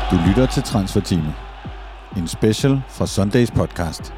Du lytter til Transferteamet, en special fra Sundays podcast.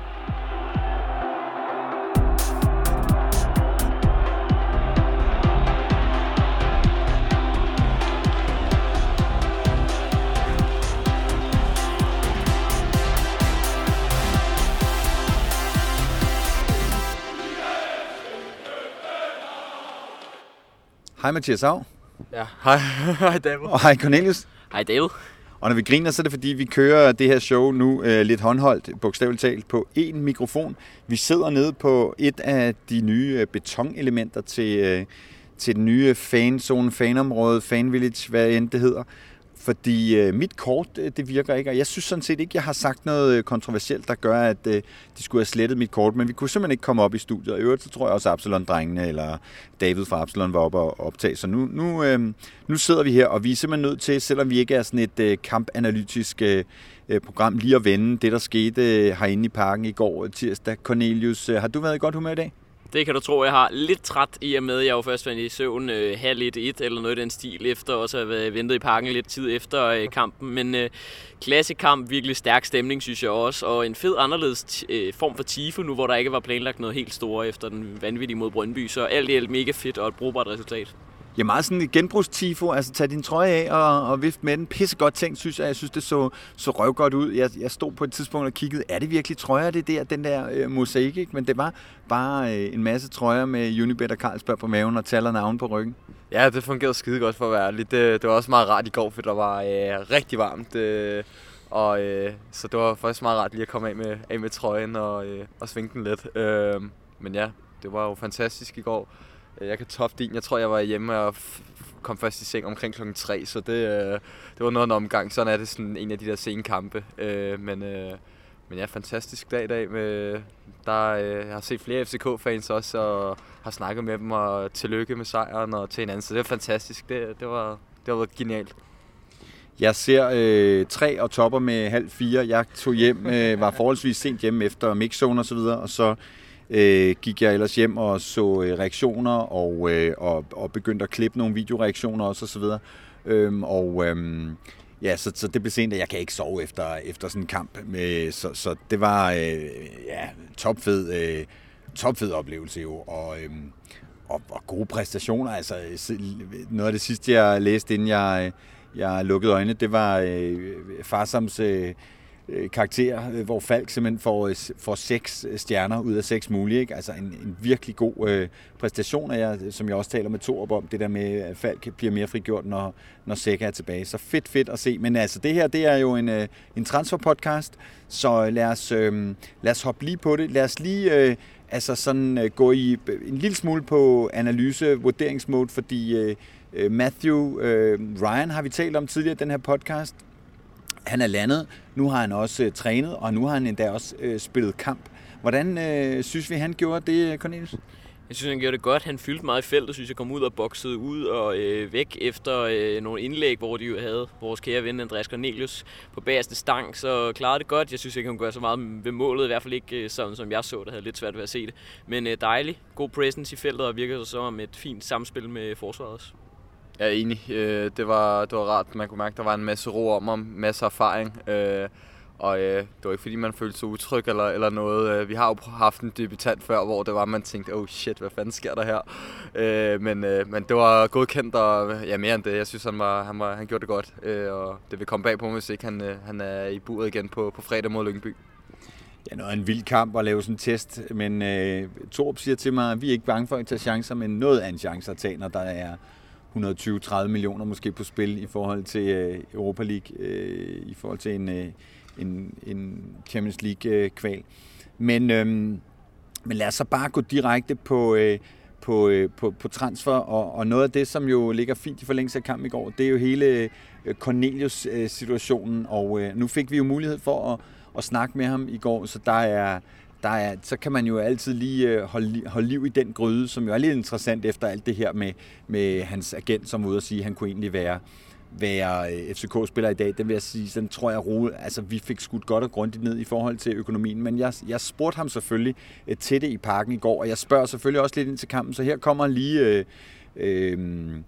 Hej Mathias Hav. Ja, hej David. Og hej Cornelius. Hej David. Og når vi griner, så er det fordi, vi kører det her show nu lidt håndholdt, bogstaveligt talt, på én mikrofon. Vi sidder nede på et af de nye betonelementer til den nye fanzone, fanområde, fanvillage, hvad end det hedder. Fordi mit kort, det virker ikke, og jeg synes sådan set ikke, jeg har sagt noget kontroversielt, der gør, at de skulle have slettet mit kort, men vi kunne simpelthen ikke komme op i studiet. Og i øvrigt, så tror jeg også, at Absalon-drengene eller David fra Absalon var oppe og optage. Så nu sidder vi her, og vi er simpelthen nødt til, selvom vi ikke er sådan et kampanalytisk program, lige at vende det, der skete herinde i parken i går tirsdag. Cornelius, har du været i godt humør i dag? Det kan du tro, jeg har lidt træt i og med, at jeg jo først var i søvn halv et eller noget i den stil, efter også at have ventet i parken lidt tid efter kampen. Men klassekamp, virkelig stærk stemning, synes jeg også, og en fed anderledes form for tifo nu, hvor der ikke var planlagt noget helt store efter den vanvittige mod Brøndby. Så alt i alt mega fedt og et brugbart resultat. Ja, meget sådan et genbrugstifo, altså tage din trøje af og vifte med den. Pissegodt tænkt, synes jeg. Jeg synes, det så røvgodt ud. Jeg stod på et tidspunkt og kiggede, er det virkelig trøjer, det der, den der mosaik, ikke? Men det var bare en masse trøjer med Unibet og Carlsberg på maven og tal og navn på ryggen. Ja, det fungerede skide godt for at være ærlig. Det var også meget rart i går, for der var rigtig varmt. Så det var faktisk meget rart lige at komme af med trøjen og svinge den lidt. Men ja, det var jo fantastisk i går. Jeg kan toppe din. Jeg tror, jeg var hjemme og kom først i seng omkring klokken 3, så det var noget af en omgang. Sådan er det sådan en af de der sene kampe. Men ja, fantastisk dag i dag. Jeg har set flere FCK-fans også, og har snakket med dem, og tillykke med sejren og til hinanden. Så det var fantastisk. Det var genialt. Jeg ser 3 og topper med 3:30. Jeg tog hjem, var forholdsvis sent hjemme efter mixzone og så videre, og så gik jeg ellers hjem og så reaktioner og begyndte at klippe nogle videoreaktioner også og så videre. Ja, så det blev sent, at jeg kan ikke sove efter sådan en kamp. Så det var topfed oplevelse jo, og gode præstationer. Altså noget af det sidste, jeg læste, inden jeg lukkede øjnene, det var Farsams karakter, hvor Falk simpelthen får 6 stjerner ud af 6 mulige. Ikke? Altså en virkelig god præstation, som jeg også taler med Torup om, det der med, at Falk bliver mere frigjort, når Sækker er tilbage. Så fedt at se. Men altså, det her, det er jo en transferpodcast, så lad os hoppe lige på det. Lad os lige gå i en lille smule på analyse-vurderingsmode, fordi Matthew Ryan har vi talt om tidligere i den her podcast. Han er landet, nu har han også trænet, og nu har han endda også spillet kamp. Hvordan synes vi, han gjorde det, Cornelius? Jeg synes, han gjorde det godt. Han fyldte meget i feltet, synes jeg, kom ud og boksede ud og væk efter nogle indlæg, hvor de jo havde vores kære ven Andreas Cornelius på bagerste stang, så klarede det godt. Jeg synes ikke, han kunne gøre så meget ved målet, i hvert fald ikke sådan, som jeg så, der havde lidt svært ved at se det. Men dejlig, god presence i feltet, og virker så som et fint samspil med forsvaret også. Jeg er enig. Det var rart. Man kunne mærke, at der var en masse ro om ham, masser af erfaring. Og det var ikke fordi, man følte sig utryg eller noget. Vi har jo haft en debutant før, hvor det var, man tænkte, oh shit, hvad fanden sker der her? Men det var godkendt, og ja, mere end det. Jeg synes, han gjorde det godt. Og det vil komme bag på mig, hvis ikke han er i buret igen på fredag mod Lyngby. Ja, noget af en vild kamp at lave sådan en test, men Torup siger til mig, at vi er ikke bange for at tage chancer, men noget af en chance at tage, når der er 120-30 millioner måske på spil i forhold til Europa League, i forhold til en Champions League-kval. Men lad os så bare gå direkte på transfer, og noget af det, som jo ligger fint i forlængelse af kampen i går, det er jo hele Cornelius-situationen, og nu fik vi jo mulighed for at snakke med ham i går, så så kan man jo altid lige holde liv i den gryde, som jo er lidt interessant efter alt det her med hans agent, som var ude at sige, at han kunne egentlig være FCK-spiller i dag. Den vil jeg sige, sådan tror jeg, altså vi fik skudt godt og grundigt ned i forhold til økonomien, men jeg spurgte ham selvfølgelig til det i parken i går, og jeg spørger selvfølgelig også lidt ind til kampen, så her kommer lige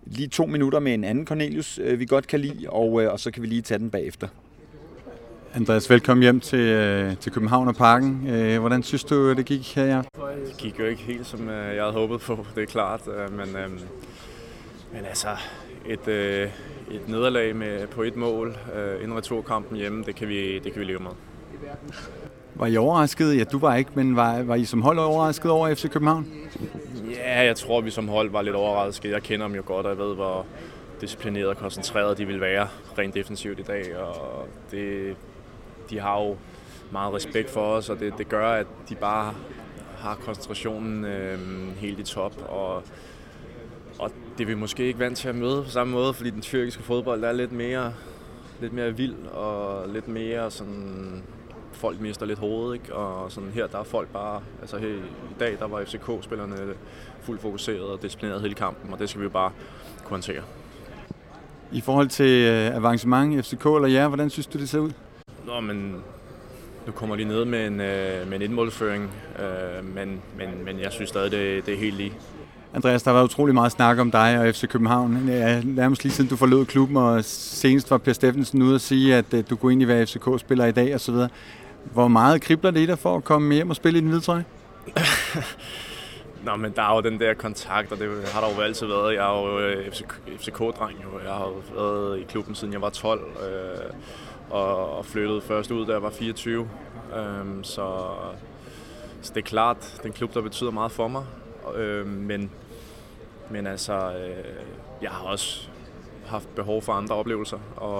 lige 2 minutter med en anden Cornelius, vi godt kan lide, og så kan vi lige tage den bagefter. Andreas, velkommen hjem til København og Parken. Hvordan synes du, det gik her i aften? Det gik jo ikke helt, som jeg havde håbet på, det er klart. Men altså, et nederlag på 1 mål inden returkampen hjemme, det kan vi leve med. Var I overrasket? Ja, du var ikke, men var I som hold overrasket over FC København? Ja, jeg tror, vi som hold var lidt overrasket. Jeg kender dem jo godt, og jeg ved, hvor disciplineret og koncentreret de vil være rent defensivt i dag. Og de har jo meget respekt for os, og det gør, at de bare har koncentrationen helt i top. Og det er vi måske ikke vant til at møde på samme måde, fordi den tyrkiske fodbold er lidt mere vild og lidt mere sådan, folk mister lidt hovedet, ikke? Og sådan her, der er folk bare, altså her i dag, der var FCK-spillerne fuldt fokuseret og disciplineret hele kampen, og det skal vi jo bare kunne håndtere. I forhold til avancement, FCK eller jer, hvordan synes du, det ser ud? Nå, men nu kommer de ned med en indmålsføring, men jeg synes stadig, det er helt lige. Andreas, der har været utrolig meget snak om dig og FC København. Nærmest lige siden du forlod klubben, og senest var Per Steffensen ude at sige, at du kunne egentlig være FCK-spiller i dag osv. Hvor meget kribler det i dig for at komme hjem og spille i den hvide trøje? Nå, men der er jo den der kontakt, og det har der jo altid været. Jeg er jo FCK-dreng, jeg har jo været i klubben siden jeg var 12, og flyttede først ud, da jeg var 24. Så det er klart, den klub, der betyder meget for mig. Men altså, jeg har også haft behov for andre oplevelser,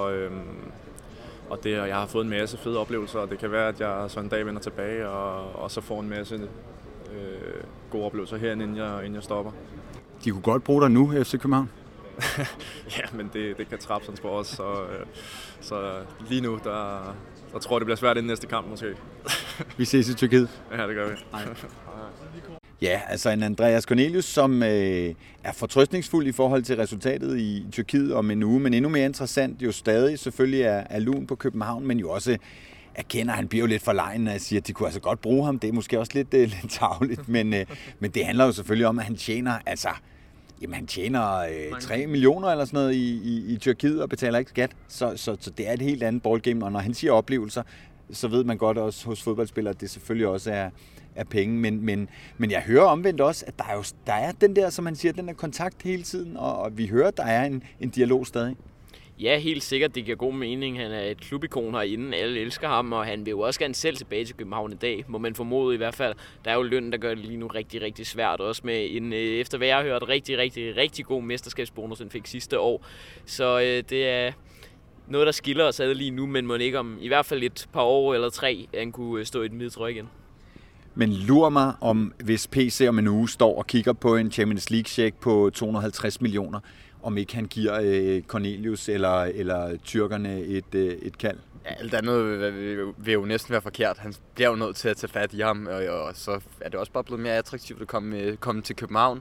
og jeg har fået en masse fede oplevelser, og det kan være, at jeg så en dag vender tilbage, og så får en masse gode oplevelser herinde, inden jeg stopper. De kunne godt bruge dig nu, FC København. Ja, men det kan Trabzons for os, så lige nu, der tror jeg, det bliver svært i den næste kamp måske. Vi ses i Tyrkiet. Ja, det gør vi. Ja, altså en Andreas Cornelius, som er fortrøstningsfuld i forhold til resultatet i Tyrkiet om en uge, men endnu mere interessant jo stadig selvfølgelig er lun på København, men jo også erkender, at han bliver jo lidt forlegen og siger, at de kunne altså godt bruge ham. Det er måske også lidt tarveligt, men det handler jo selvfølgelig om, at han tjener, han tjener 3 millioner eller sådan noget i Tyrkiet og betaler ikke skat, så det er et helt andet ballgame, og når han siger oplevelser, så ved man godt også hos fodboldspillere, at det selvfølgelig også er penge, men jeg hører omvendt også, at der er den der, som han siger, den der kontakt hele tiden, og vi hører, at der er en dialog stadig. Ja, helt sikkert. Det giver god mening. Han er et klubikon herinde. Alle elsker ham, og han vil jo også gerne selv tilbage til København i dag, må man formode i hvert fald. Der er jo løn, der gør det lige nu rigtig, rigtig svært. Også med en, efter hvad jeg har hørt, rigtig, rigtig, rigtig god mesterskabsbonus, han fik sidste år. Så det er noget, der skiller os ad lige nu, men må ikke om i hvert fald et par år eller 3, at han kunne stå i den hvide trøje igen. Men lurer mig om, hvis PC om en uge står og kigger på en Champions League-check på 250 millioner, om ikke han giver Cornelius eller tyrkerne et kald? Ja, alt andet vil jo næsten være forkert. Han bliver jo nødt til at tage fat i ham, og så er det også bare blevet mere attraktivt at komme til København.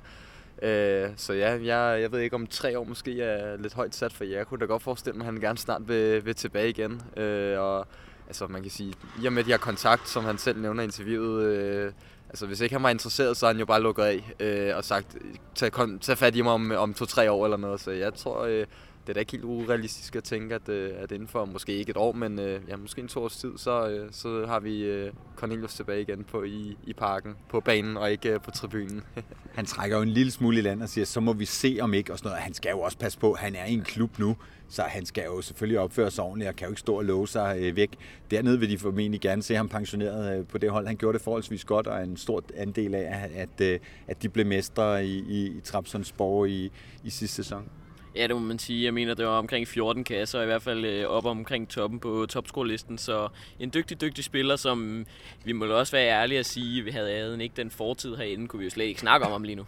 Så ja, jeg ved ikke om 3 år måske er lidt højt sat, for jeg kunne da godt forestille mig, at han gerne snart vil tilbage igen. Og altså man kan sige, i og med de her kontakt, som han selv nævner i interviewet, altså hvis ikke han var interesseret, så har han jo bare lukket af og sagt, tag fat i mig om 2-3 år eller noget. Så jeg tror, det er da ikke helt urealistisk at tænke, at inden for måske ikke et år, men måske en 2 års tid, så har vi Cornelius tilbage igen i parken, på banen og ikke på tribunen. Han trækker jo en lille smule i land og siger, så må vi se om ikke, og sådan noget. Han skal jo også passe på, han er i en klub nu, så han skal jo selvfølgelig opføre sig ordentligt og kan jo ikke stå og love sig væk. Dernede vil de formentlig gerne se ham pensioneret på det hold. Han gjorde det forholdsvis godt, og en stor andel af, at de blev mestre i Trabzonspor i sidste sæson. Ja, det må man sige. Jeg mener, det var omkring 14 kasser, i hvert fald op omkring toppen på topscorelisten. Så en dygtig spiller, som vi må også være ærlige at sige, vi havde ikke den fortid herinde, kunne vi jo slet ikke snakke om ham lige nu.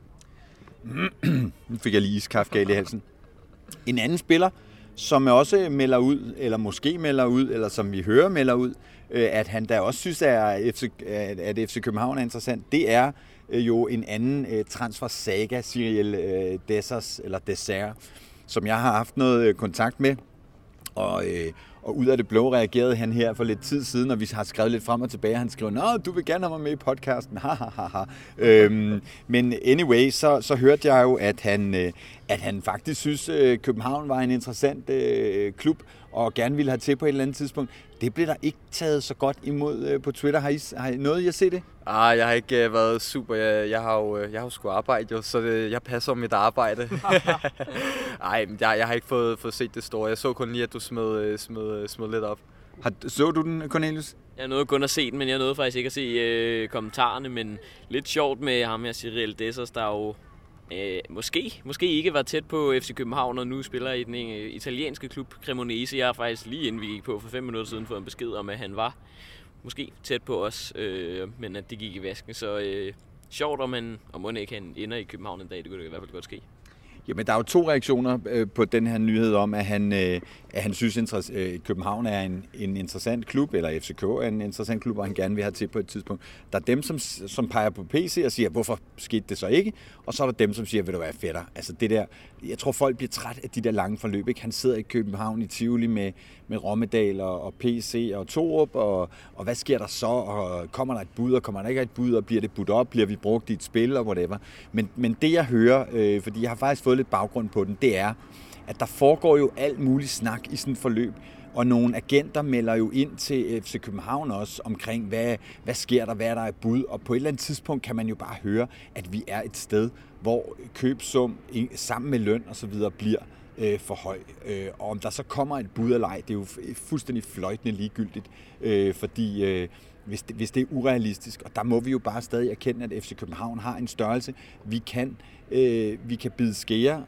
Nu fik jeg lige iskaffe galt i halsen. En anden spiller, som også melder ud, eller måske melder ud, eller som vi hører melder ud, at han da også synes, at FC København er interessant, det er jo en anden transfer-saga, Cyril Dessers, som jeg har haft noget kontakt med. og ud af det blå reagerede han her for lidt tid siden, og vi har skrevet lidt frem og tilbage. Han skriver, nå, du vil gerne have mig med i podcasten. Men anyway, så hørte jeg jo, at han faktisk synes, København var en interessant klub, og gerne ville have til på et eller andet tidspunkt. Det blev der ikke taget så godt imod på Twitter. Har I noget, jeg ser det? Jeg har ikke været super. Jeg har jo sgu arbejde, jo, så jeg passer mit arbejde. Nej, jeg har ikke fået set det store. Jeg så kun lige, at du smed lidt op. Så du den, Cornelius? Jeg nåede kun at se den, men jeg nåede faktisk ikke at se kommentarerne. Men lidt sjovt med ham her, Cyril Dessers, der jo måske ikke var tæt på FC København, og nu spiller i den italienske klub Cremonese. Jeg har faktisk lige inden vi gik på for 5 minutter siden fået en besked om, at han var måske tæt på os, men at det gik i vasken. Så sjovt, om han ikke ender i København en dag, det kunne det i hvert fald godt ske. Jamen, der er jo 2 reaktioner på den her nyhed om, at han synes, at København er en interessant klub, eller FCK er en interessant klub, og han gerne vil have til på et tidspunkt. Der er dem, som peger på PC og siger, hvorfor skete det så ikke? Og så er der dem, som siger, vil du være fætter? Altså det der, jeg tror, folk bliver træt af de der lange forløb. Ikke? Han sidder i København i Tivoli med Rommedal og PC og Torup, og hvad sker der så? Og kommer der et bud, og kommer der ikke et bud, og bliver det budt op? Bliver vi brugt i et spil, og whatever? Men det, jeg hører, fordi jeg har faktisk fået lidt baggrund på den, det er, at der foregår jo alt muligt snak i sådan et forløb, og nogle agenter melder jo ind til FC København også omkring, hvad sker der, hvad er der et bud, og på et eller andet tidspunkt kan man jo bare høre, at vi er et sted, hvor købsum sammen med løn og så videre bliver for høj. Og om der så kommer et bud eller ej, det er jo fuldstændig fløjtende ligegyldigt, fordi hvis det er urealistisk, og der må vi jo bare stadig erkende, at FC København har en størrelse. Vi kan bide skære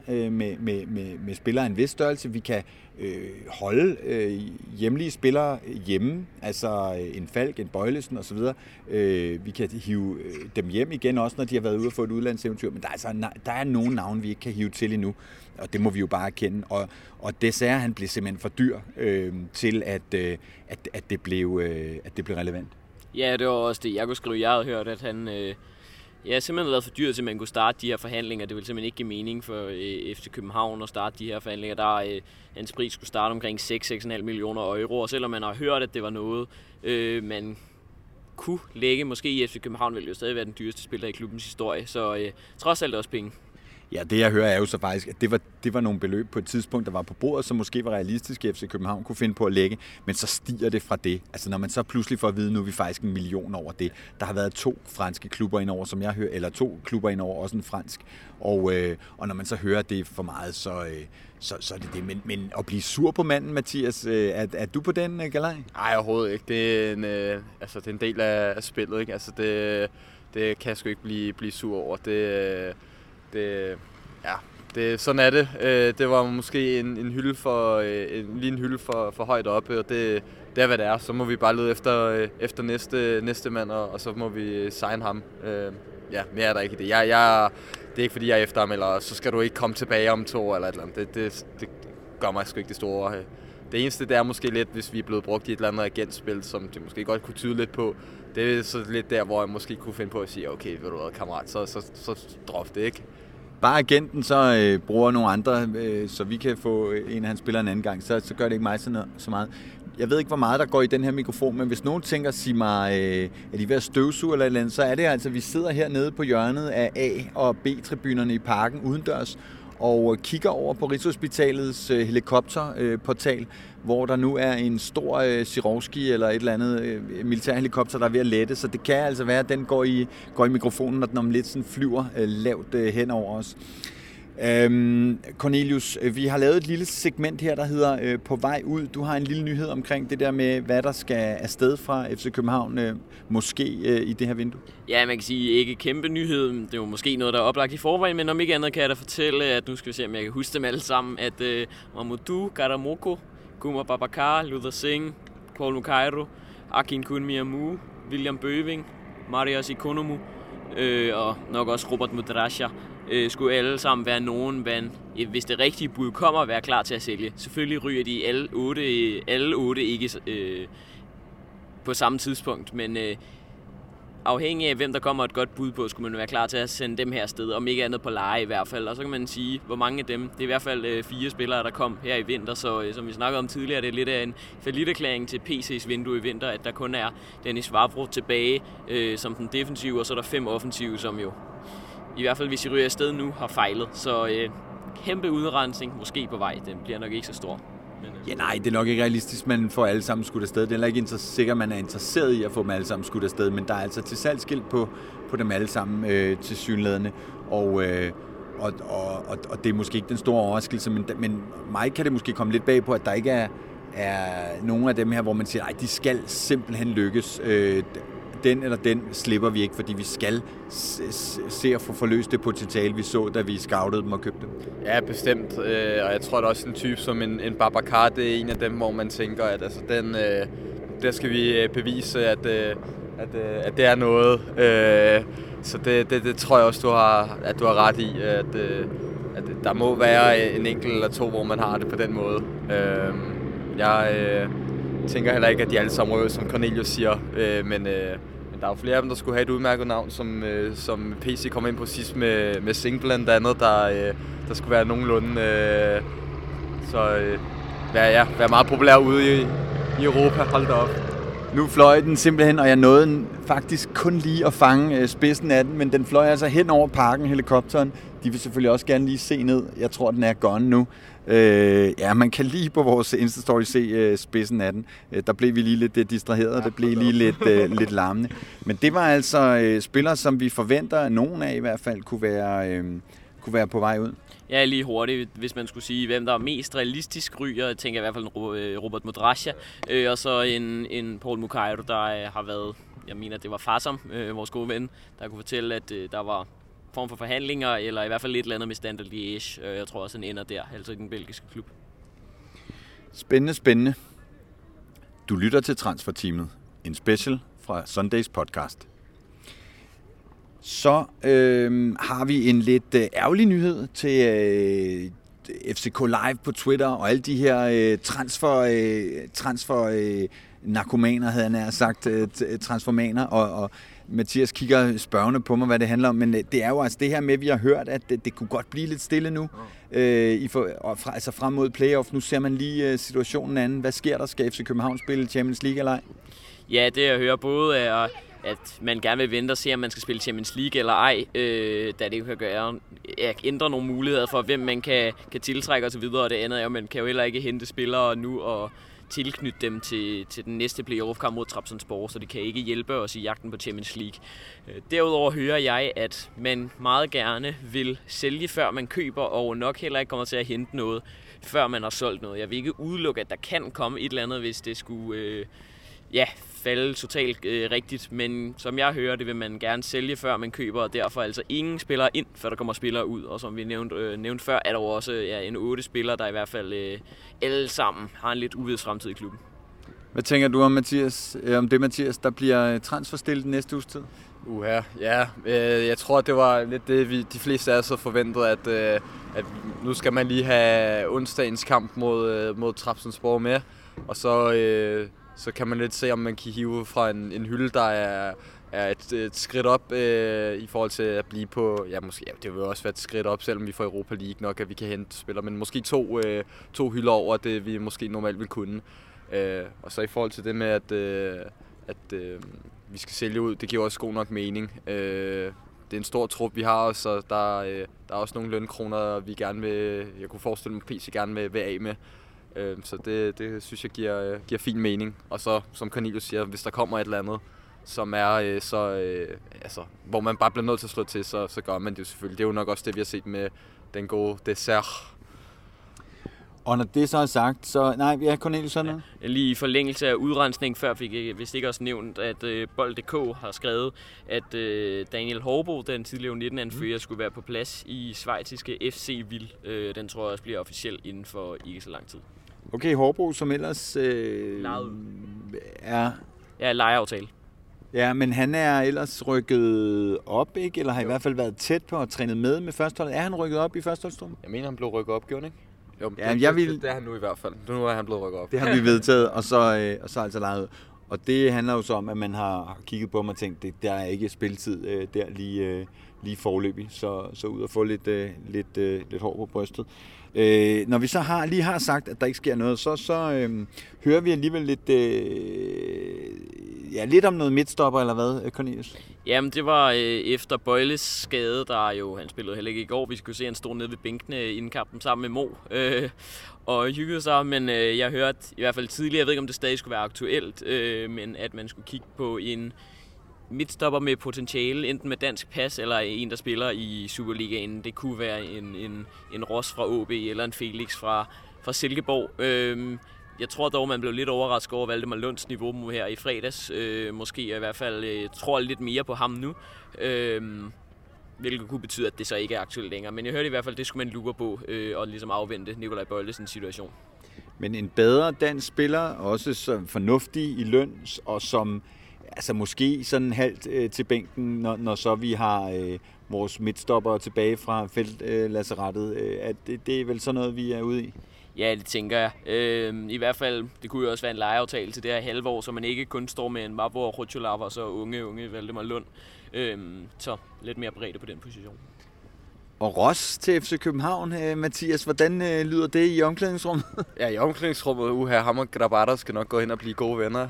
med spillere af en vis størrelse. Vi kan holde hjemlige spillere hjemme, altså en Falk, en Bøjlesen osv. Vi kan hive dem hjem igen også, når de har været ude og få et udlandseventyr. Men der er nogle navne, vi ikke kan hive til endnu, og det må vi jo bare erkende. Og Dessers, han blev simpelthen for dyr til, at det blev relevant. Ja, det var også det, jeg kunne skrive. Jeg havde hørt, at han simpelthen havde været for dyr til, at man kunne starte de her forhandlinger. Det ville simpelthen ikke give mening for FC København at starte de her forhandlinger. Der hans pris skulle starte omkring 6,5 millioner euro. Og selvom man har hørt, at det var noget, man kunne lægge måske i FC København, ville jo stadig være den dyreste spiller i klubbens historie. Så trods alt også penge. Ja, det jeg hører er jo så faktisk, at det var nogle beløb på et tidspunkt, der var på bordet, som måske var realistiske, at FC København kunne finde på at lægge, men så stiger det fra det. Altså når man så pludselig får at vide, nu er vi faktisk 1 million over det. Der har været 2 franske klubber indover, som jeg hører, eller 2 klubber indover, også en fransk. Og når man så hører, at det er for meget, så er det det. Men at blive sur på manden, Mathias, er du på den galej? Nej, overhovedet ikke. Det er en del af spillet, ikke? Altså det kan jeg sgu ikke blive sur over. Sådan er det. Det var måske en hylde for højt oppe, og det er, hvad det er. Så må vi bare lede efter næste mand, og så må vi signe ham. Mere er der ikke i det. Det er ikke, fordi jeg er efter ham, eller så skal du ikke komme tilbage om 2 år, eller et eller andet. Det gør mig sgu ikke det store. Det eneste, det er måske lidt, hvis vi er blevet brugt i et eller andet agentspil, som det måske godt kunne tyde lidt på. Det er så lidt der, hvor jeg måske kunne finde på at sige, okay, ved du hvad, kammerat, så drop det, ikke? Bare agenten så bruger nogle andre, så vi kan få en af hans spillere en anden gang, så gør det ikke mig så meget. Jeg ved ikke, hvor meget der går i den her mikrofon, men hvis nogen tænker, sig mig, er de ved at støvsuge eller et eller andet, så er det altså, vi sidder hernede på hjørnet af A- og B-tribunerne i parken udendørs, og kigger over på Rigshospitalets helikopterportal, hvor der nu er en stor Sikorsky eller et eller andet militærhelikopter, der er ved at lette. Så det kan altså være, at den går i mikrofonen, når den lidt sådan flyver lavt hen over os. Cornelius, vi har lavet et lille segment her, der hedder På vej ud. Du har en lille nyhed omkring det der med, hvad der skal afsted fra FC København, måske i det her vindue. Ja, man kan sige ikke kæmpe nyhed. Det er jo måske noget, der er oplagt i forvejen, men om ikke andet kan jeg da fortælle, at nu skal vi se, om jeg kan huske dem alle sammen, at Mamoudou Karamoko, Kuma Babacar, Luther Singh, Paul Mukairo, Akin Kunmiamu, William Bøving, Marius Ikonomu og nok også Robert Mudrasja, skulle alle sammen være nogen, hvis det rigtige bud kommer at være klar til at sælge. Selvfølgelig ryger de alle 8 ikke på samme tidspunkt, men afhængig af, hvem der kommer et godt bud på, skulle man være klar til at sende dem her sted, om ikke andet på leje i hvert fald. Og så kan man sige, hvor mange af dem, det er i hvert fald 4 spillere, der kom her i vinter, så som vi snakkede om tidligere, det er lidt af en falliterklæring til PC's vindue i vinter, at der kun er Dennis Vavro tilbage som den defensive, og så er der 5 offensive, som jo i hvert fald, hvis I ryger afsted nu, har fejlet. Så kæmpe udrensning, måske på vej, den bliver nok ikke så stor. Ja, nej, det er nok ikke realistisk, man får alle sammen skudt afsted. Det er heller ikke sikkert, man er interesseret i at få dem alle sammen skudt afsted, men der er altså til salgsskilt på dem alle sammen til synlædende. Og det er måske ikke den store overraskelse, men mig kan det måske komme lidt bag på, at der ikke er nogen af dem her, hvor man siger, nej, de skal simpelthen lykkes. Den eller den slipper vi ikke, fordi vi skal se at få forløst det potentiale, vi så, da vi scoutede dem og købte dem. Ja, bestemt. Og jeg tror, at også en type som en Babacar, det er en af dem, hvor man tænker, at altså, der skal vi bevise, at det er noget. Så det tror jeg også, du har ret i, at der må være en enkelt eller to, hvor man har det på den måde. Jeg tænker heller ikke, at de alle sammen røver, som Cornelius siger, men der er jo flere af dem, der skulle have et udmærket navn, som PC kom ind på sidst med Singh blandt andet, der skulle være nogenlunde være meget populær ude i Europa. Hold da op. Nu fløj den simpelthen, og jeg nåede faktisk kun lige at fange spidsen af den, men den fløj altså hen over parken, helikopteren. De vil selvfølgelig også gerne lige se ned. Jeg tror, den er gone nu. Ja, man kan lige på vores Insta-story se spidsen af den. Der blev vi lige lidt distraheret, og det blev lige lidt larmende. Men det var altså spillere, som vi forventer, at nogen af i hvert fald kunne være på vej ud. Ja, lige hurtigt, hvis man skulle sige, hvem der er mest realistisk ryger. Jeg tænker i hvert fald Robert Modrasja, og så en Paul Mukairo, der har været, jeg mener, det var Farsam, vores gode ven, der kunne fortælle, at der var form for forhandlinger, eller i hvert fald lidt eller andet med Standard Liège. Jeg tror også, han ender der, altså i den belgiske klub. Spændende. Du lytter til Transferteamet, en special fra Sundays podcast. Så har vi en lidt ærgerlig nyhed til FCK Live på Twitter, og alle de her transfer narkomaner, havde han nær sagt, transformaner, og Mathias kigger spørgende på mig, hvad det handler om, men det er jo altså det her med, vi har hørt, at det kunne godt blive lidt stille nu, altså frem mod playoff. Nu ser man lige situationen anden. Hvad sker der? Skal FC København spille Champions League eller ej? Ja, det jeg hører både er, at man gerne vil vente og se, om man skal spille Champions League eller ej, da det kan gøre ændre nogle muligheder for, hvem man kan tiltrække osv., og det andet er jo, man kan jo heller ikke hente spillere nu og tilknytte dem til den næste playoff-kamp mod Trabzonspor, så det kan ikke hjælpe os i jagten på Champions League. Derudover hører jeg, at man meget gerne vil sælge, før man køber, og nok heller ikke kommer til at hente noget, før man har solgt noget. Jeg vil ikke udelukke, at der kan komme et eller andet, hvis det skulle falde totalt rigtigt, men som jeg hører, det vil man gerne sælge, før man køber, og derfor altså ingen spillere ind, før der kommer spillere ud. Og som vi nævnte før, er der jo også en 8 spillere, der i hvert fald alle sammen har en lidt uvis fremtid i klubben. Hvad tænker du om, Mathias? Mathias, der bliver transferstillet næste uges tid? Jeg tror, det var lidt det, de fleste af os havde forventet, at nu skal man lige have onsdagens kamp mod Trabzonspor med, og så kan man lidt se, om man kan hive fra en hylde, der er et skridt op i forhold til at blive på, det vil også være et skridt op, selvom vi får Europa League nok, at vi kan hente spillere, men måske to hylder over det, vi måske normalt vil kunne. Og så i forhold til det med, at vi skal sælge ud, det giver også god nok mening. Det er en stor trup, vi har også, og der er også nogle lønkroner, vi gerne vil, jeg kunne forestille mig, PC gerne vil af med. Så det synes jeg giver fin mening. Og så, som Cornelius siger, hvis der kommer et eller andet, som er hvor man bare bliver nødt til at slå til, så gør man det jo selvfølgelig. Det er jo nok også det, vi har set med den gode dessert. Og når det så er sagt, så... Nej, vi har Cornelius sådan noget? Ja, lige i forlængelse af udrensning, før fik jeg vist ikke også nævnt, at Bold.dk har skrevet, at Daniel Horbo, den tidligere 19-anfører, skulle være på plads i schweiziske FC Ville. Den tror jeg også bliver officiel inden for ikke så lang tid. Okay, Horbo, som ellers er... Ja, lejeaftale. Ja, men han er ellers rykket op, ikke? Eller har i hvert fald været tæt på og trænet med førsteholdet. Er han rykket op i førsteholdstruppen? Jeg mener, han blev rykket op, gjorde han ikke? Jo, ja, det er han nu i hvert fald. Nu er han blevet rykket op. Det har vi vedtaget, og så altså lejet ud. Og det handler jo så om, at man har kigget på mig og tænkt, der er ikke spilletid der lige forløbig, så ud og få lidt hår på brystet. Når vi så lige har sagt, at der ikke sker noget, så hører vi alligevel lidt om noget midtstopper, eller hvad, Cornelius? Jamen, det var efter Bøjles skade, han spillede heller ikke i går. Vi skulle se, at han stod nede ved bænkene inden kampen sammen med Mo og hyggede sig, men jeg hørte i hvert fald tidligere, jeg ved ikke, om det stadig skulle være aktuelt, men at man skulle kigge på en midtstopper med potentiale, enten med dansk pas, eller en, der spiller i Superligaen. Det kunne være en Ross fra AB, eller en Felix fra Silkeborg. Jeg tror dog, man blev lidt overrasket over Valdemar Lunds niveau her i fredags. Måske i hvert fald tror lidt mere på ham nu. Hvilket kunne betyde, at det så ikke er aktuelt længere. Men jeg hørte i hvert fald, det skulle man lukke på og ligesom afvente Nikolaj Bøjlesens situation. Men en bedre dansk spiller, også så fornuftig i løn, og som altså måske sådan halvt til bænken, når så vi har vores midtstopper tilbage fra feltlazarettet. Det er vel sådan noget, vi er ude i? Ja, det tænker jeg. I hvert fald, det kunne jo også være en lejeaftale til det her halvår, så man ikke kun står med en Mabor og Rutscholav og så unge Valdemar Lund. Så lidt mere bredde på den position. Og Ross til FC København, Mathias, hvordan lyder det i omklædningsrummet? Ja, i omklædningsrummet, ham og Grabara skal nok gå hen og blive gode venner.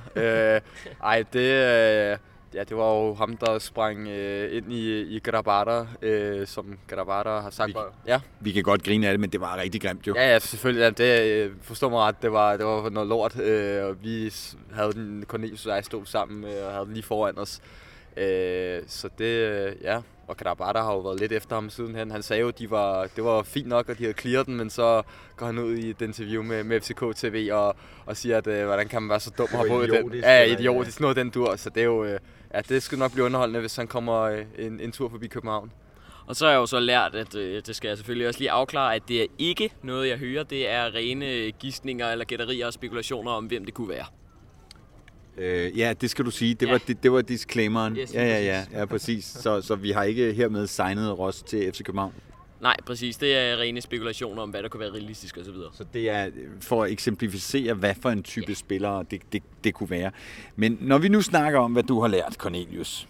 Det var jo ham, der sprang ind i Grabara, som Grabara har sagt. Vi kan godt grine af det, men det var rigtig grimt jo. Ja, selvfølgelig. Ja, det forstår mig ret. Det var noget lort. Og vi havde den Cornelius og jeg stod sammen og havde den lige foran os. Så det, og Grabara har jo været lidt efter ham sidenhen. Han sagde jo, det var fint nok, at de havde clearet den, men så går han ud i et interview med FCK TV og siger, at hvordan kan man være så dum og have den? Ja, idiotisk, noget den dur. Så det er jo, det skal nok blive underholdende, hvis han kommer en tur forbi København. Og så har jeg jo så lært, at det skal jeg selvfølgelig også lige afklare, at det er ikke noget, jeg hører. Det er rene gidsninger eller gætterier og spekulationer om, hvem det kunne være. Ja, det skal du sige. Det var disclaimeren. Yes, ja, præcis. Så vi har ikke hermed signet Ross til FC København. Nej, præcis. Det er rene spekulationer om, hvad der kunne være realistisk osv. Så det er for at eksemplificere, hvad for en type spillere det kunne være. Men når vi nu snakker om, hvad du har lært, Cornelius,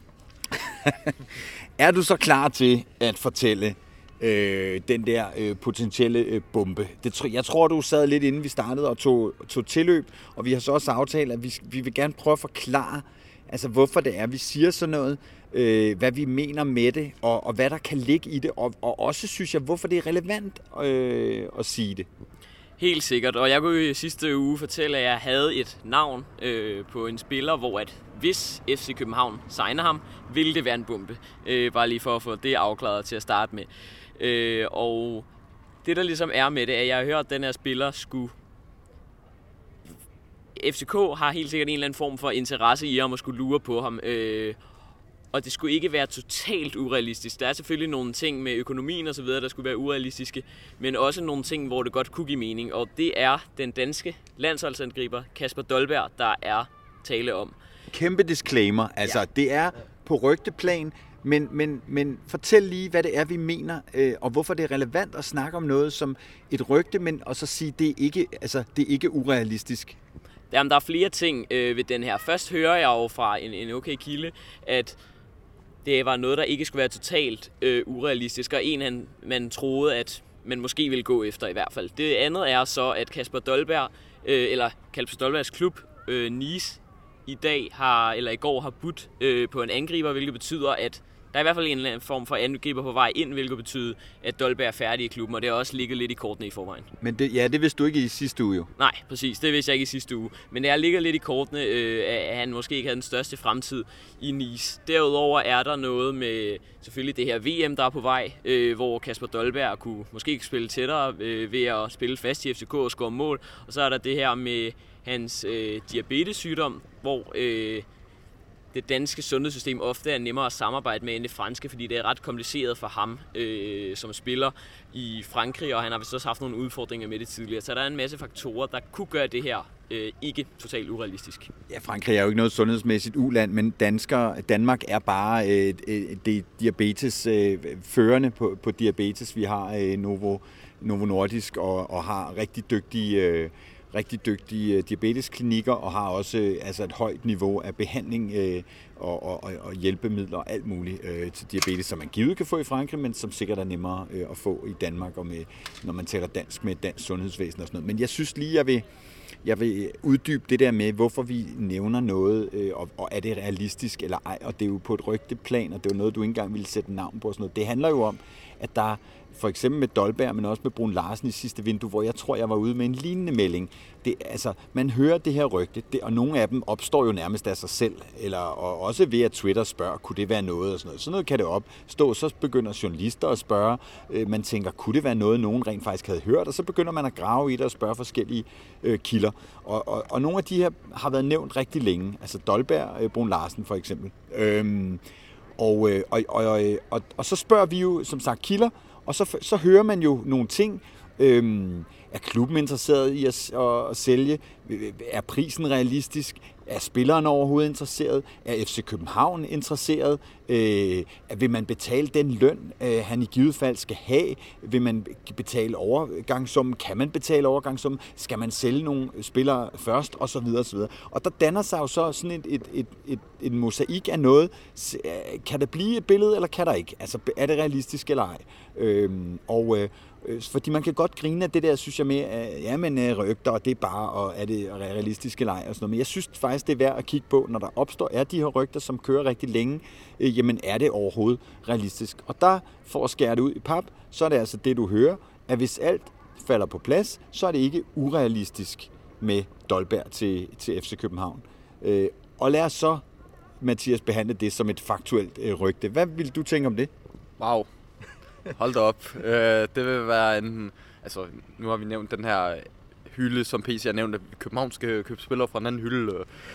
er du så klar til at fortælle den der potentielle bombe? Jeg tror, du sad lidt inden vi startede og tog tilløb, og vi har så også aftalt, at vi vil gerne prøve at forklare, altså hvorfor det er, vi siger sådan noget, hvad vi mener med det, og hvad der kan ligge i det, og også synes jeg, hvorfor det er relevant at sige det. Helt sikkert, og jeg kunne i sidste uge fortælle, at jeg havde et navn på en spiller, hvor at hvis FC København signer ham, ville det være en bombe. Bare lige for at få det afklaret til at starte med. Og det der ligesom er med det, er, at jeg har hørt, at den her spiller skulle... FCK har helt sikkert en eller anden form for interesse i ham og skulle lure på ham. Og det skulle ikke være totalt urealistisk. Der er selvfølgelig nogle ting med økonomien og så videre, der skulle være urealistiske, men også nogle ting, hvor det godt kunne give mening. Og det er den danske landsholdsangriber Kasper Dolberg, der er tale om. Kæmpe disclaimer. Altså, det er på rygteplan, men fortæl lige, hvad det er, vi mener, og hvorfor det er relevant at snakke om noget som et rygte, men og så sige, det er ikke urealistisk. Jamen, der er flere ting ved den her. Først hører jeg jo fra en okay kilde, at det var noget, der ikke skulle være totalt urealistisk, og man troede, at man måske ville gå efter i hvert fald. Det andet er så, at Kasper Dolberg, eller Kasper Dolbergs klub, Nice, i går har budt på en angriber, hvilket betyder, at der er i hvert fald en eller anden form for angriber på vej ind, hvilket betyder, at Dolberg er færdig i klubben, og det har også ligget lidt i kortene i forvejen. Men det vidste du ikke i sidste uge jo? Nej, præcis. Det vidste jeg ikke i sidste uge. Men det har ligget lidt i kortene, at han måske ikke havde den største fremtid i Nice. Derudover er der noget med selvfølgelig det her VM, der er på vej, hvor Kasper Dolberg kunne måske spille tættere ved at spille fast i FCK og score mål. Og så er der det her med hans diabetessygdom, hvor det danske sundhedssystem ofte er nemmere at samarbejde med end det franske, fordi det er ret kompliceret for ham som spiller i Frankrig, og han har vist også haft nogle udfordringer med det tidligere. Så der er en masse faktorer, der kunne gøre det her ikke totalt urealistisk. Ja, Frankrig er jo ikke noget sundhedsmæssigt uland, men Danmark er bare det diabetes førende på diabetes. Vi har Novo Nordisk og har rigtig rigtig dygtige diabetesklinikker og har også altså et højt niveau af behandling og hjælpemidler og alt muligt til diabetes, som man givet kan få i Frankrig, men som sikkert er nemmere at få i Danmark, og når man taler dansk med et dansk sundhedsvæsen og sådan noget. Men jeg synes lige, jeg vil uddybe det der med, hvorfor vi nævner noget, og er det realistisk eller ej, og det er jo på et rygteplan, og det er jo noget, du ikke engang ville sætte navn på og sådan noget. Det handler jo om, at der for eksempel med Dolberg, men også med Brun Larsen i sidste vindue, hvor jeg tror, jeg var ude med en lignende melding. Altså, man hører det her rygte, og nogle af dem opstår jo nærmest af sig selv, og også ved at Twitter spørger, kunne det være noget og sådan noget. Sådan noget kan det opstå, så begynder journalister at spørge, man tænker, kunne det være noget, nogen rent faktisk havde hørt, og så begynder man at grave i det og spørge forskellige kilder. Og nogle af de her har været nævnt rigtig længe, altså Dolberg, Brun Larsen for eksempel. Og så spørger vi jo, som sagt, kilder, og så hører man jo nogle ting. Er klubben interesseret i at sælge? Er prisen realistisk? Er spilleren overhovedet interesseret? Er FC København interesseret? Vil man betale den løn, han i givet fald skal have? Vil man betale overgangssummen? Kan man betale overgangssummen? Skal man sælge nogle spillere først? Og så videre, og så videre. Og der danner sig jo så sådan et mosaik af noget. Kan det blive et billede, eller kan der ikke? Altså, er det realistisk eller ej? Fordi man kan godt grine af det der, synes jeg, med rygter, og det er bare, og er det realistisk eller ej, og sådan noget. Men jeg synes faktisk, det er værd at kigge på, når der er de her rygter, som kører rigtig længe, jamen er det overhovedet realistisk? Og der, for at skære det ud i pap, så er det altså det, du hører, at hvis alt falder på plads, så er det ikke urealistisk med Dolberg til FC København. Og lad os så, Mathias, behandle det som et faktuelt rygte. Hvad vil du tænke om det? Wow. Hold da op. Det vil være altså, nu har vi nævnt den her hylde, som PC har nævnt, at København skal købe spillere fra en anden hylde.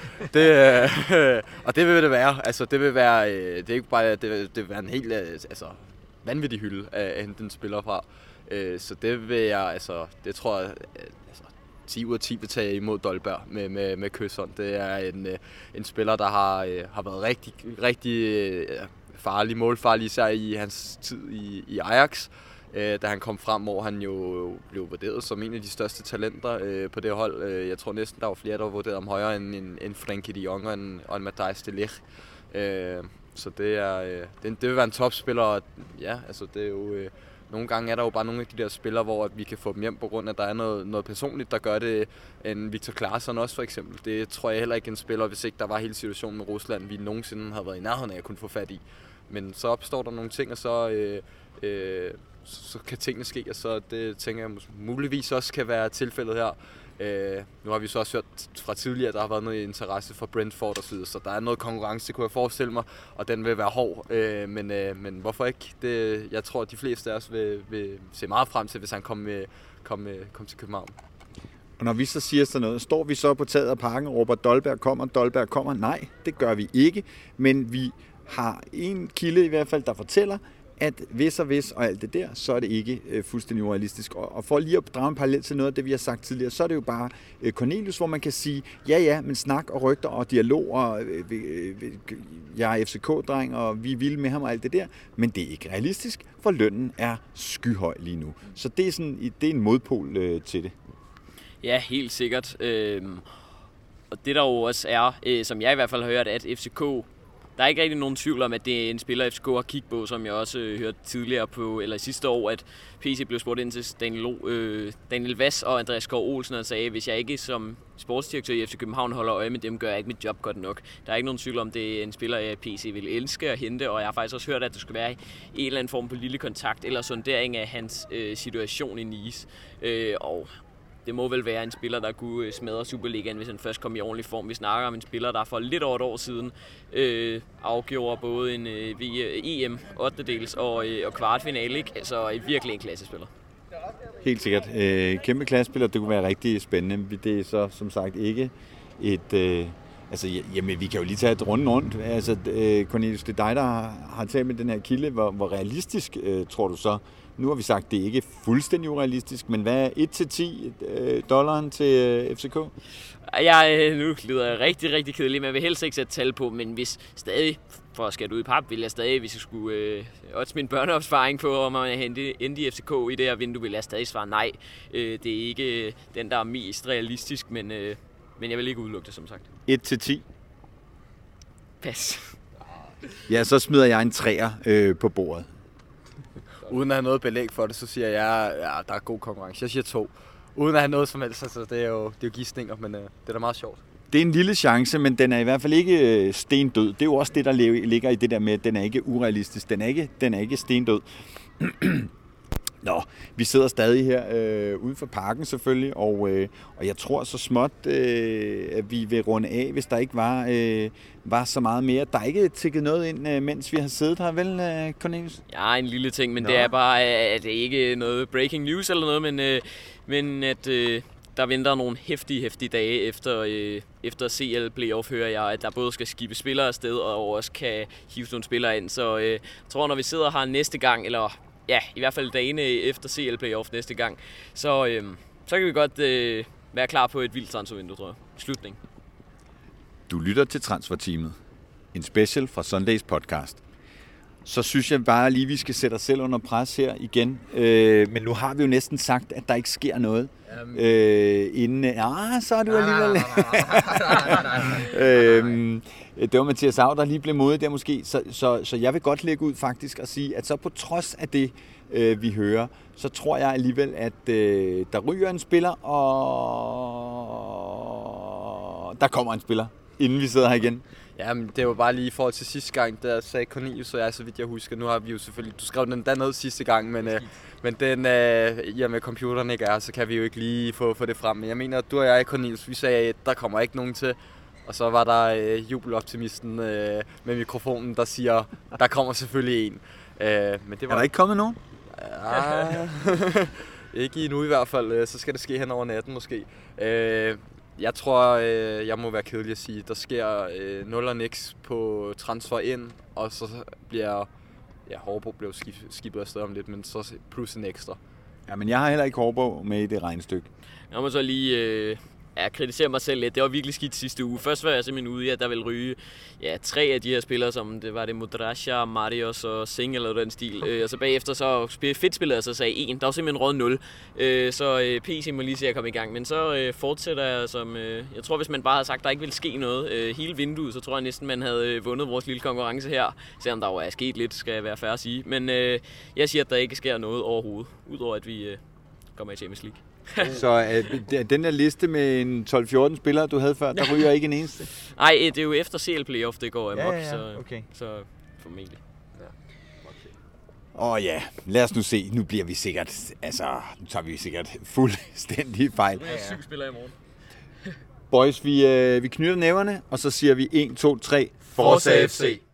Og det vil det være. Altså, det vil være, det er ikke bare, det vil være en helt vanvittig hylde at hente den spiller fra. Så det vil jeg, altså, det tror jeg, 10 ud af 10 vil tage imod Dolberg med kyshånd. Det er en spiller, der har været rigtig målfarlig, især i hans tid i Ajax, da han kom frem, hvor han jo blev vurderet som en af de største talenter på det hold. Jeg tror næsten, der var flere, der var vurderet om højere end Frenkie de Jong og en Matthijs de Ligt. Så det vil være en topspiller, og ja, altså det er jo... Nogle gange er der jo bare nogle af de der spillere, hvor vi kan få dem hjem på grund af, at der er noget personligt, der gør det. En Victor Claesson også for eksempel. Det tror jeg heller ikke en spiller, hvis ikke der var hele situationen med Rusland, vi nogensinde havde været i nærheden af at kunne få fat i. Men så opstår der nogle ting, og så kan tingene ske, og så det tænker jeg muligvis også kan være tilfældet her. Nu har vi så også hørt fra tidligere, at der har været noget interesse for Brentford og så der er noget konkurrence, kunne jeg forestille mig, og den vil være hård. Men hvorfor ikke? Jeg tror, at de fleste af os vil se meget frem til, hvis han kom til København. Og når vi så siger sådan noget, står vi så på taget af parken og råber, Dolberg kommer? Nej, det gør vi ikke, men vi har en kilde i hvert fald, der fortæller, at hvis og alt det der, så er det ikke fuldstændig urealistisk. Og for lige at drage en parallel til noget af det, vi har sagt tidligere, så er det jo bare Cornelius, hvor man kan sige, ja, men snak og rygter og dialog, og jeg er FCK-dreng, og vi er vilde med ham og alt det der, men det er ikke realistisk, for lønnen er skyhøj lige nu. Så det er en modpol til det. Ja, helt sikkert. Og det der jo også er, som jeg i hvert fald har hørt, at FCK... Der er ikke rigtig nogen tvivl om, at det er en spiller, FCK har kigget på, som jeg også hørte tidligere eller sidste år, at PC blev spurgt ind til Daniel Vass og Andreas Skov Olsen og sagde, hvis jeg ikke som sportsdirektør i FC København holder øje med dem, gør jeg ikke mit job godt nok. Der er ikke nogen tvivl om, det er en spiller, jeg PC vil elske at hente, og jeg har faktisk også hørt, at der skulle være en eller anden form på lille kontakt eller sondering af hans situation i Nice. Og det må vel være en spiller, der kunne smadre Superligaen, hvis han først kom i ordentlig form. Vi snakker om en spiller, der for lidt over et år siden afgjorde både en EM 8-dels og kvartfinale, ikke? Altså virkelig en klassespiller. Helt sikkert. Kæmpe klassespiller, det kunne være rigtig spændende. Det er så som sagt ikke Altså, jamen, vi kan jo lige tage et rundt. Altså, Cornelius, det er dig, der har talt med den her kilde. Hvor realistisk tror du så? Nu har vi sagt, at det ikke er fuldstændig urealistisk, men hvad er 1-10 dollaren til FCK? Nu lyder jeg rigtig, rigtig kedelig, men jeg vil helst ikke sætte tal på, men hvis stadig, for at skære ud i pap, vil jeg stadig, hvis jeg skulle også min børneopsparing på, om man endte i FCK i det her vindue, vil jeg stadig svare nej. Det er ikke den, der er mest realistisk, men jeg vil ikke udelukke det, som sagt. 1-10? Pas. Ja, så smider jeg en 3'er på bordet. Uden at have noget belæg for det, så siger jeg, der er god konkurrence. Jeg siger 2. Uden at have noget som helst, altså det er jo gidsninger, men det er da meget sjovt. Det er en lille chance, men den er i hvert fald ikke stendød. Det er jo også det, der ligger i det der med, at den er ikke urealistisk. Den er ikke stendød. Nå, vi sidder stadig her ude for parken selvfølgelig, og jeg tror så småt, at vi vil runde af, hvis der ikke var så meget mere. Der er ikke tikket noget ind, mens vi har siddet her, vel, Cornelius? Ja, en lille ting, men det er bare, at det ikke er noget breaking news eller noget, men at der venter nogle heftige dage efter CL Playoff, hører jeg, at der både skal skifte spillere afsted, og også kan hive nogle spillere ind. Så jeg tror, når vi sidder her næste gang, eller ja, i hvert fald dagene efter CL Playoff næste gang, så kan vi godt være klar på et vildt transfervindue, tror jeg. Slutning. Du lytter til Transferteamet. En special fra Sundays podcast. Så synes jeg bare lige, vi skal sætte os selv under pres her igen. Men nu har vi jo næsten sagt, at der ikke sker noget. Inden... så er du alligevel... Det var Mathias Au, der lige blev modig der måske. Så jeg vil godt lægge ud faktisk og sige, at så på trods af det, vi hører, så tror jeg alligevel, at der ryger en spiller, og der kommer en spiller, inden vi sidder her igen. Ja, men det var bare lige i forhold til sidste gang, der sagde Cornelius, og jeg, så vidt jeg husker. Nu har vi jo selvfølgelig, du skrev den der ned sidste gang, men den, i og med computeren ikke er, så kan vi jo ikke lige få det frem. Men jeg mener, at du og jeg, Cornelius, vi sagde, at der kommer ikke nogen til. Og så var der jubeloptimisten med mikrofonen, der siger, der kommer selvfølgelig en. Men det var... Er der ikke kommet nogen? Ja, ikke endnu i hvert fald. Så skal det ske hen over natten måske. Jeg tror, jeg må være kedelig at sige, der sker 0 og niks på transfer ind, og så bliver Hårbo blev skibet afsted om lidt, men så plus en ekstra. Ja, men jeg har heller ikke Hårbo med i det regnestykke. Jeg må så lige kritisere mig selv lidt. Det var virkelig skidt sidste uge. Først var jeg simpelthen ude i, at der ville ryge 3 af de her spillere, som det var det Modrasja, Marius og Singh eller den stil. Og så bagefter så fedt spillede, så sagde 1. Der var simpelthen råd 0. Så PC må lige se at komme i gang. Men så fortsætter jeg som... jeg tror, hvis man bare havde sagt, at der ikke ville ske noget hele vinduet, så tror jeg næsten, man havde vundet vores lille konkurrence her. Selvom der jo er sket lidt, skal jeg være fair at sige. Men jeg siger, at der ikke sker noget overhovedet, udover at vi kommer i Champions League. Så den der liste med en 12-14 spillere, du havde før, der ryger ikke en eneste? Nej, det er jo efter CL Playoff, det går amok, okay. Så formentlig. Ja, lad os nu se. Nu bliver vi sikkert, nu tager vi sikkert fuldstændig fejl. Nu er 7 spillere i morgen. Boys, vi knytter næverne, og så siger vi 1, 2, 3. Forza FC!